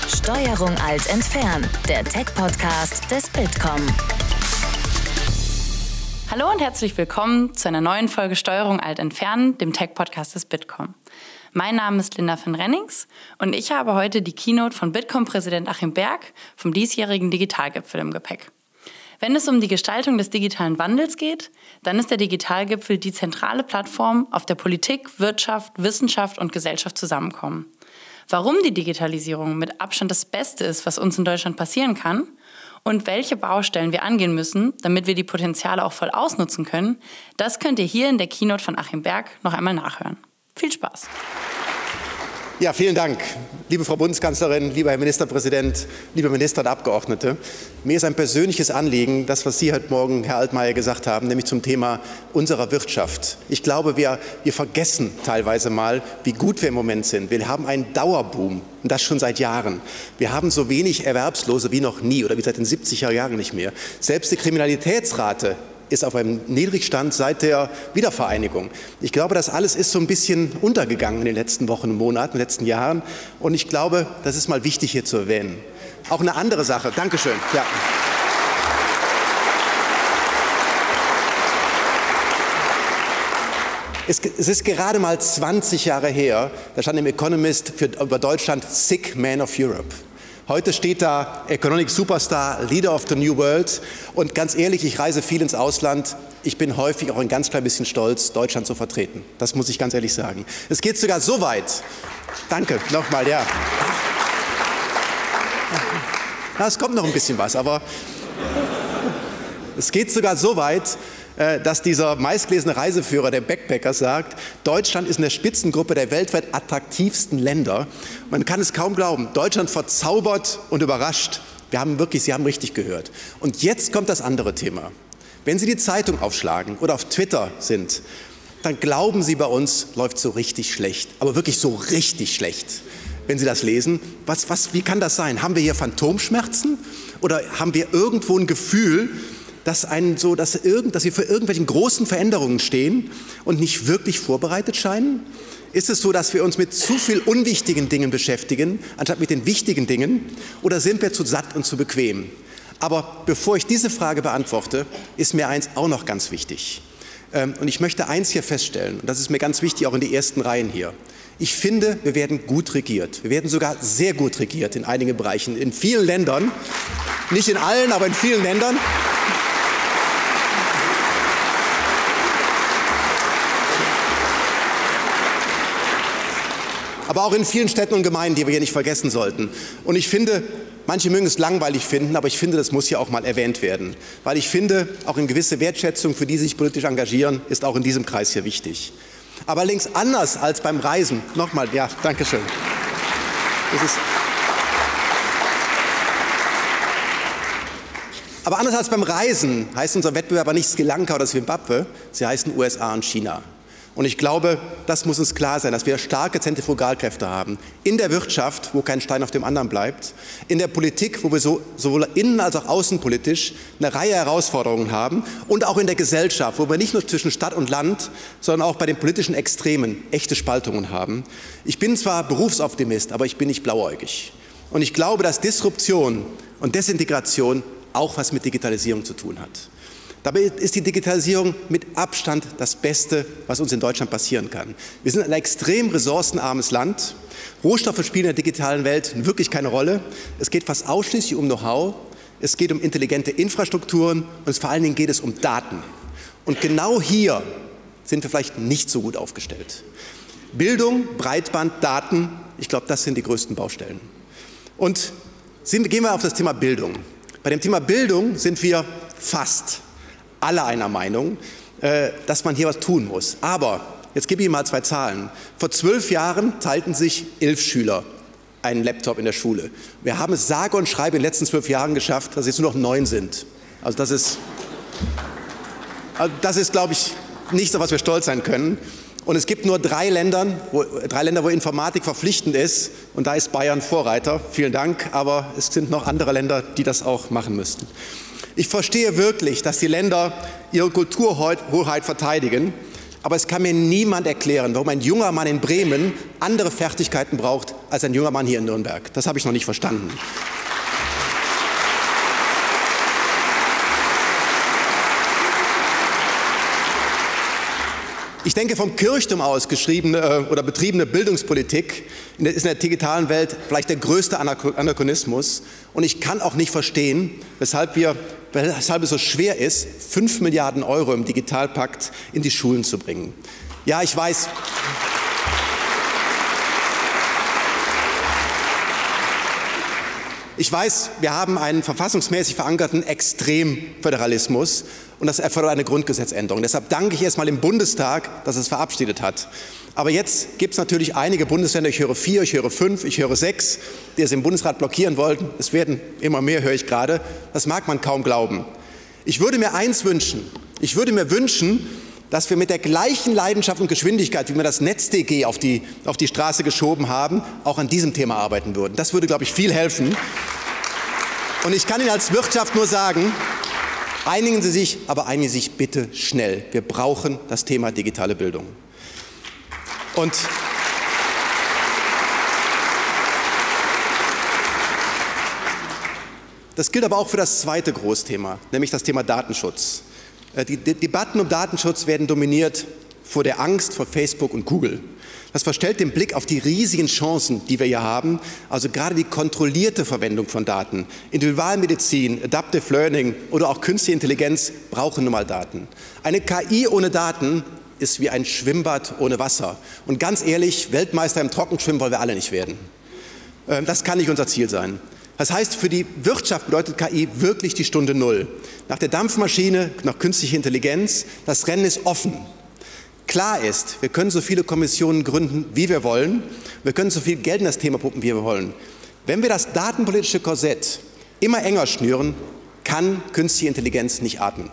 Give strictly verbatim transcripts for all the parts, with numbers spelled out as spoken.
Steuerung Alt entfernen, der Tech-Podcast des Bitkom. Hallo und herzlich willkommen zu einer neuen Folge Steuerung Alt entfernen, dem Tech-Podcast des Bitkom. Mein Name ist Linda von Rennings und ich habe heute die Keynote von Bitkom-Präsident Achim Berg vom diesjährigen Digitalgipfel im Gepäck. Wenn es um die Gestaltung des digitalen Wandels geht, dann ist der Digitalgipfel die zentrale Plattform, auf der Politik, Wirtschaft, Wissenschaft und Gesellschaft zusammenkommen. Warum die Digitalisierung mit Abstand das Beste ist, was uns in Deutschland passieren kann und welche Baustellen wir angehen müssen, damit wir die Potenziale auch voll ausnutzen können, das könnt ihr hier in der Keynote von Achim Berg noch einmal nachhören. Viel Spaß! Ja, vielen Dank. Liebe Frau Bundeskanzlerin, lieber Herr Ministerpräsident, liebe Minister und Abgeordnete. Mir ist ein persönliches Anliegen, das, was Sie heute Morgen, Herr Altmaier, gesagt haben, nämlich zum Thema unserer Wirtschaft. Ich glaube, wir, wir vergessen teilweise mal, wie gut wir im Moment sind. Wir haben einen Dauerboom, und das schon seit Jahren. Wir haben so wenig Erwerbslose wie noch nie oder wie seit den siebziger Jahren nicht mehr. Selbst die Kriminalitätsrate ist auf einem Niedrigstand seit der Wiedervereinigung. Ich glaube, das alles ist so ein bisschen untergegangen in den letzten Wochen, Monaten, in den letzten Jahren. Und ich glaube, das ist mal wichtig hier zu erwähnen. Auch eine andere Sache. Dankeschön. Ja. Es, es ist gerade mal zwanzig Jahre her, da stand im Economist für, über Deutschland Sick Man of Europe. Heute steht da Economic Superstar, Leader of the New World. Und ganz ehrlich, ich reise viel ins Ausland. Ich bin häufig auch ein ganz klein bisschen stolz, Deutschland zu vertreten. Das muss ich ganz ehrlich sagen. Es geht sogar so weit. Danke, nochmal, ja. Na, es kommt noch ein bisschen was, aber es geht sogar so weit, dass dieser meistgelesene Reiseführer der Backpacker sagt, Deutschland ist in der Spitzengruppe der weltweit attraktivsten Länder. Man kann es kaum glauben. Deutschland verzaubert und überrascht. Wir haben wirklich, Sie haben richtig gehört. Und jetzt kommt das andere Thema. Wenn Sie die Zeitung aufschlagen oder auf Twitter sind, dann glauben Sie, bei uns läuft so richtig schlecht. Aber wirklich so richtig schlecht. Wenn Sie das lesen, was, was, wie kann das sein? Haben wir hier Phantomschmerzen? Oder haben wir irgendwo ein Gefühl, dass, einen so, dass, irgend, dass wir für irgendwelchen großen Veränderungen stehen und nicht wirklich vorbereitet scheinen? Ist es so, dass wir uns mit zu viel unwichtigen Dingen beschäftigen, anstatt mit den wichtigen Dingen? Oder sind wir zu satt und zu bequem? Aber bevor ich diese Frage beantworte, ist mir eins auch noch ganz wichtig. Und ich möchte eins hier feststellen, und das ist mir ganz wichtig, auch in die ersten Reihen hier. Ich finde, wir werden gut regiert. Wir werden sogar sehr gut regiert in einigen Bereichen, in vielen Ländern. Nicht in allen, aber in vielen Ländern. Aber auch in vielen Städten und Gemeinden, die wir hier nicht vergessen sollten. Und ich finde, manche mögen es langweilig finden, aber ich finde, das muss hier auch mal erwähnt werden. Weil ich finde, auch eine gewisse Wertschätzung für die, die sich politisch engagieren, ist auch in diesem Kreis hier wichtig. Aber allerdings anders als beim Reisen. Nochmal, ja, danke schön. Das ist aber anders als beim Reisen heißt unser Wettbewerber nicht Sri Lanka oder Zimbabwe, sie heißen U S A und China. Und ich glaube, das muss uns klar sein, dass wir starke Zentrifugalkräfte haben. In der Wirtschaft, wo kein Stein auf dem anderen bleibt. In der Politik, wo wir so, sowohl innen- als auch außenpolitisch eine Reihe Herausforderungen haben. Und auch in der Gesellschaft, wo wir nicht nur zwischen Stadt und Land, sondern auch bei den politischen Extremen echte Spaltungen haben. Ich bin zwar Berufsoptimist, aber ich bin nicht blauäugig. Und ich glaube, dass Disruption und Desintegration auch was mit Digitalisierung zu tun hat. Dabei ist die Digitalisierung mit Abstand das Beste, was uns in Deutschland passieren kann. Wir sind ein extrem ressourcenarmes Land. Rohstoffe spielen in der digitalen Welt wirklich keine Rolle. Es geht fast ausschließlich um Know-how. Es geht um intelligente Infrastrukturen und vor allen Dingen geht es um Daten. Und genau hier sind wir vielleicht nicht so gut aufgestellt. Bildung, Breitband, Daten, ich glaube, das sind die größten Baustellen. Und gehen wir auf das Thema Bildung. Bei dem Thema Bildung sind wir fast alle einer Meinung, dass man hier was tun muss. Aber, jetzt gebe ich Ihnen mal zwei Zahlen. Vor zwölf Jahren teilten sich elf Schüler einen Laptop in der Schule. Wir haben es sage und schreibe in den letzten zwölf Jahren geschafft, dass es jetzt nur noch neun sind. Also das ist, also das ist, glaube ich, nichts, auf was wir stolz sein können. Und es gibt nur drei Länder, wo, drei Länder, wo Informatik verpflichtend ist. Und da ist Bayern Vorreiter. Vielen Dank. Aber es sind noch andere Länder, die das auch machen müssten. Ich verstehe wirklich, dass die Länder ihre Kulturhoheit verteidigen. Aber es kann mir niemand erklären, warum ein junger Mann in Bremen andere Fertigkeiten braucht als ein junger Mann hier in Nürnberg. Das habe ich noch nicht verstanden. Ich denke, vom Kirchturm aus geschriebene oder betriebene Bildungspolitik ist in der digitalen Welt vielleicht der größte Anachronismus. Und ich kann auch nicht verstehen, weshalb, wir, weshalb es so schwer ist, fünf Milliarden Euro im Digitalpakt in die Schulen zu bringen. Ja, ich weiß. Ich weiß, wir haben einen verfassungsmäßig verankerten Extremföderalismus und das erfordert eine Grundgesetzänderung. Deshalb danke ich erstmal dem Bundestag, dass es verabschiedet hat. Aber jetzt gibt es natürlich einige Bundesländer, ich höre vier, ich höre fünf, ich höre sechs, die es im Bundesrat blockieren wollten. Es werden immer mehr, höre ich gerade. Das mag man kaum glauben. Ich würde mir eins wünschen. Ich würde mir wünschen, dass wir mit der gleichen Leidenschaft und Geschwindigkeit, wie wir das NetzDG auf die, auf die Straße geschoben haben, auch an diesem Thema arbeiten würden. Das würde, glaube ich, viel helfen. Und ich kann Ihnen als Wirtschaft nur sagen, einigen Sie sich, aber einigen Sie sich bitte schnell. Wir brauchen das Thema digitale Bildung. Und das gilt aber auch für das zweite Großthema, nämlich das Thema Datenschutz. Die Debatten um Datenschutz werden dominiert vor der Angst vor Facebook und Google. Das verstellt den Blick auf die riesigen Chancen, die wir hier haben, also gerade die kontrollierte Verwendung von Daten. Individualmedizin, Adaptive Learning oder auch künstliche Intelligenz brauchen nun mal Daten. Eine K I ohne Daten ist wie ein Schwimmbad ohne Wasser. Und ganz ehrlich, Weltmeister im Trockenschwimmen wollen wir alle nicht werden. Das kann nicht unser Ziel sein. Das heißt, für die Wirtschaft bedeutet K I wirklich die Stunde Null. Nach der Dampfmaschine, nach künstlicher Intelligenz, das Rennen ist offen. Klar ist, wir können so viele Kommissionen gründen, wie wir wollen. Wir können so viel Geld in das Thema pumpen, wie wir wollen. Wenn wir das datenpolitische Korsett immer enger schnüren, kann künstliche Intelligenz nicht atmen.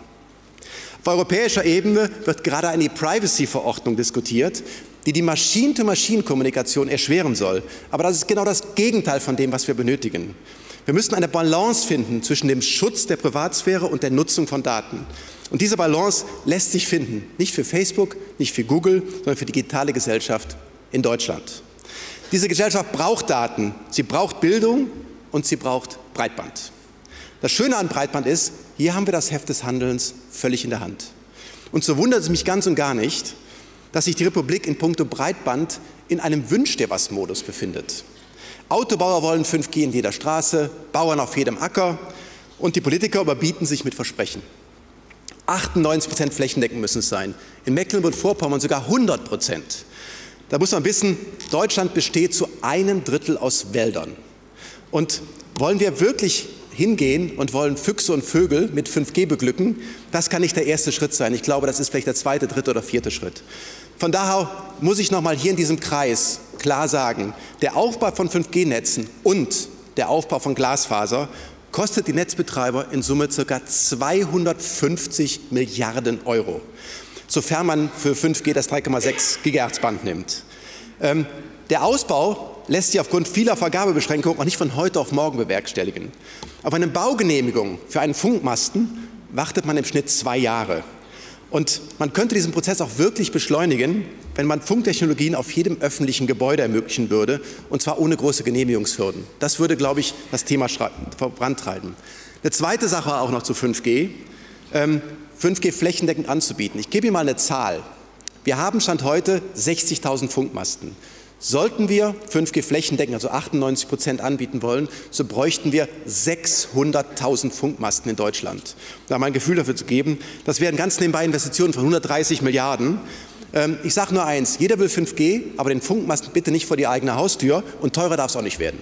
Auf europäischer Ebene wird gerade eine E-Privacy-Verordnung diskutiert, die die Machine-to-Machine-Kommunikation erschweren soll. Aber das ist genau das Gegenteil von dem, was wir benötigen. Wir müssen eine Balance finden zwischen dem Schutz der Privatsphäre und der Nutzung von Daten. Und diese Balance lässt sich finden, nicht für Facebook, nicht für Google, sondern für die digitale Gesellschaft in Deutschland. Diese Gesellschaft braucht Daten, sie braucht Bildung und sie braucht Breitband. Das Schöne an Breitband ist, hier haben wir das Heft des Handelns völlig in der Hand. Und so wundert es mich ganz und gar nicht, dass sich die Republik in puncto Breitband in einem Wünsch-dir-was-Modus befindet. Autobauer wollen fünf G in jeder Straße, Bauern auf jedem Acker und die Politiker überbieten sich mit Versprechen. achtundneunzig Prozent flächendeckend müssen es sein, in Mecklenburg-Vorpommern sogar hundert Prozent. Da muss man wissen, Deutschland besteht zu einem Drittel aus Wäldern. Und wollen wir wirklich hingehen und wollen Füchse und Vögel mit fünf G beglücken, das kann nicht der erste Schritt sein. Ich glaube, das ist vielleicht der zweite, dritte oder vierte Schritt. Von daher muss ich noch mal hier in diesem Kreis klar sagen, der Aufbau von fünf G Netzen und der Aufbau von Glasfaser kostet die Netzbetreiber in Summe ca. zweihundertfünfzig Milliarden Euro, sofern man für fünf G das drei Komma sechs Gigahertz Band nimmt. Ähm, der Ausbau lässt sich aufgrund vieler Vergabebeschränkungen auch nicht von heute auf morgen bewerkstelligen. Auf eine Baugenehmigung für einen Funkmasten wartet man im Schnitt zwei Jahre. Und man könnte diesen Prozess auch wirklich beschleunigen, wenn man Funktechnologien auf jedem öffentlichen Gebäude ermöglichen würde, und zwar ohne große Genehmigungshürden. Das würde, glaube ich, das Thema vorantreiben. Eine zweite Sache auch noch zu fünf G, ähm, fünf G flächendeckend anzubieten. Ich gebe Ihnen mal eine Zahl. Wir haben Stand heute sechzigtausend Funkmasten. Sollten wir fünf G flächendeckend, also achtundneunzig Prozent anbieten wollen, so bräuchten wir sechshunderttausend Funkmasten in Deutschland. Da mal ein Gefühl dafür zu geben, das wären ganz nebenbei Investitionen von hundertdreißig Milliarden. Ähm, ich sage nur eins, jeder will fünf G, aber den Funkmasten bitte nicht vor die eigene Haustür und teurer darf es auch nicht werden.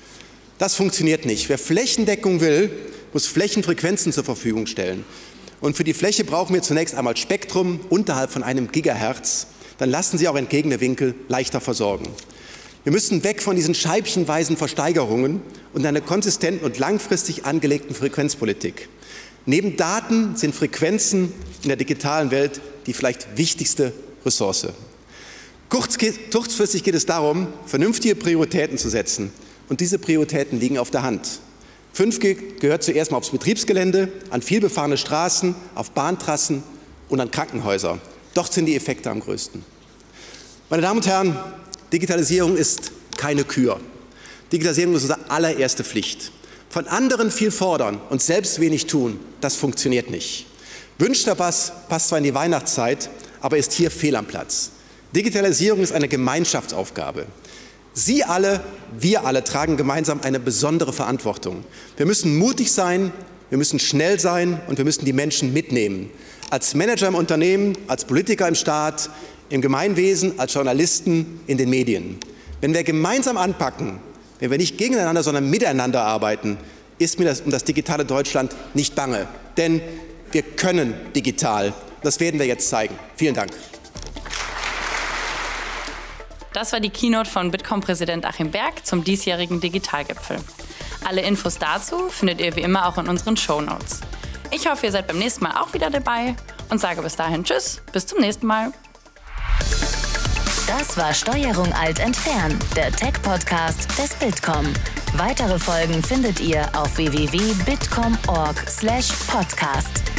Das funktioniert nicht. Wer Flächendeckung will, muss Flächenfrequenzen zur Verfügung stellen. Und für die Fläche brauchen wir zunächst einmal Spektrum unterhalb von einem Gigahertz. Dann lassen Sie auch entlegene Winkel leichter versorgen. Wir müssen weg von diesen scheibchenweisen Versteigerungen und einer konsistenten und langfristig angelegten Frequenzpolitik. Neben Daten sind Frequenzen in der digitalen Welt die vielleicht wichtigste Ressource. Kurzfristig geht es darum, vernünftige Prioritäten zu setzen. Und diese Prioritäten liegen auf der Hand. fünf G gehört zuerst mal aufs Betriebsgelände, an vielbefahrene Straßen, auf Bahntrassen und an Krankenhäuser. Dort sind die Effekte am größten. Meine Damen und Herren, Digitalisierung ist keine Kür. Digitalisierung ist unsere allererste Pflicht. Von anderen viel fordern und selbst wenig tun, das funktioniert nicht. Wünschter Pass passt zwar in die Weihnachtszeit, aber ist hier fehl am Platz. Digitalisierung ist eine Gemeinschaftsaufgabe. Sie alle, wir alle tragen gemeinsam eine besondere Verantwortung. Wir müssen mutig sein, wir müssen schnell sein und wir müssen die Menschen mitnehmen. Als Manager im Unternehmen, als Politiker im Staat, im Gemeinwesen, als Journalisten, in den Medien. Wenn wir gemeinsam anpacken, wenn wir nicht gegeneinander, sondern miteinander arbeiten, ist mir das um das digitale Deutschland nicht bange. Denn wir können digital. Das werden wir jetzt zeigen. Vielen Dank. Das war die Keynote von Bitkom-Präsident Achim Berg zum diesjährigen Digitalgipfel. Alle Infos dazu findet ihr wie immer auch in unseren Shownotes. Ich hoffe, ihr seid beim nächsten Mal auch wieder dabei und sage bis dahin Tschüss, bis zum nächsten Mal. Das war Steuerung Alt entfernen, der Tech-Podcast des Bitkom. Weitere Folgen findet ihr auf w w w punkt bitkom punkt org slash podcast.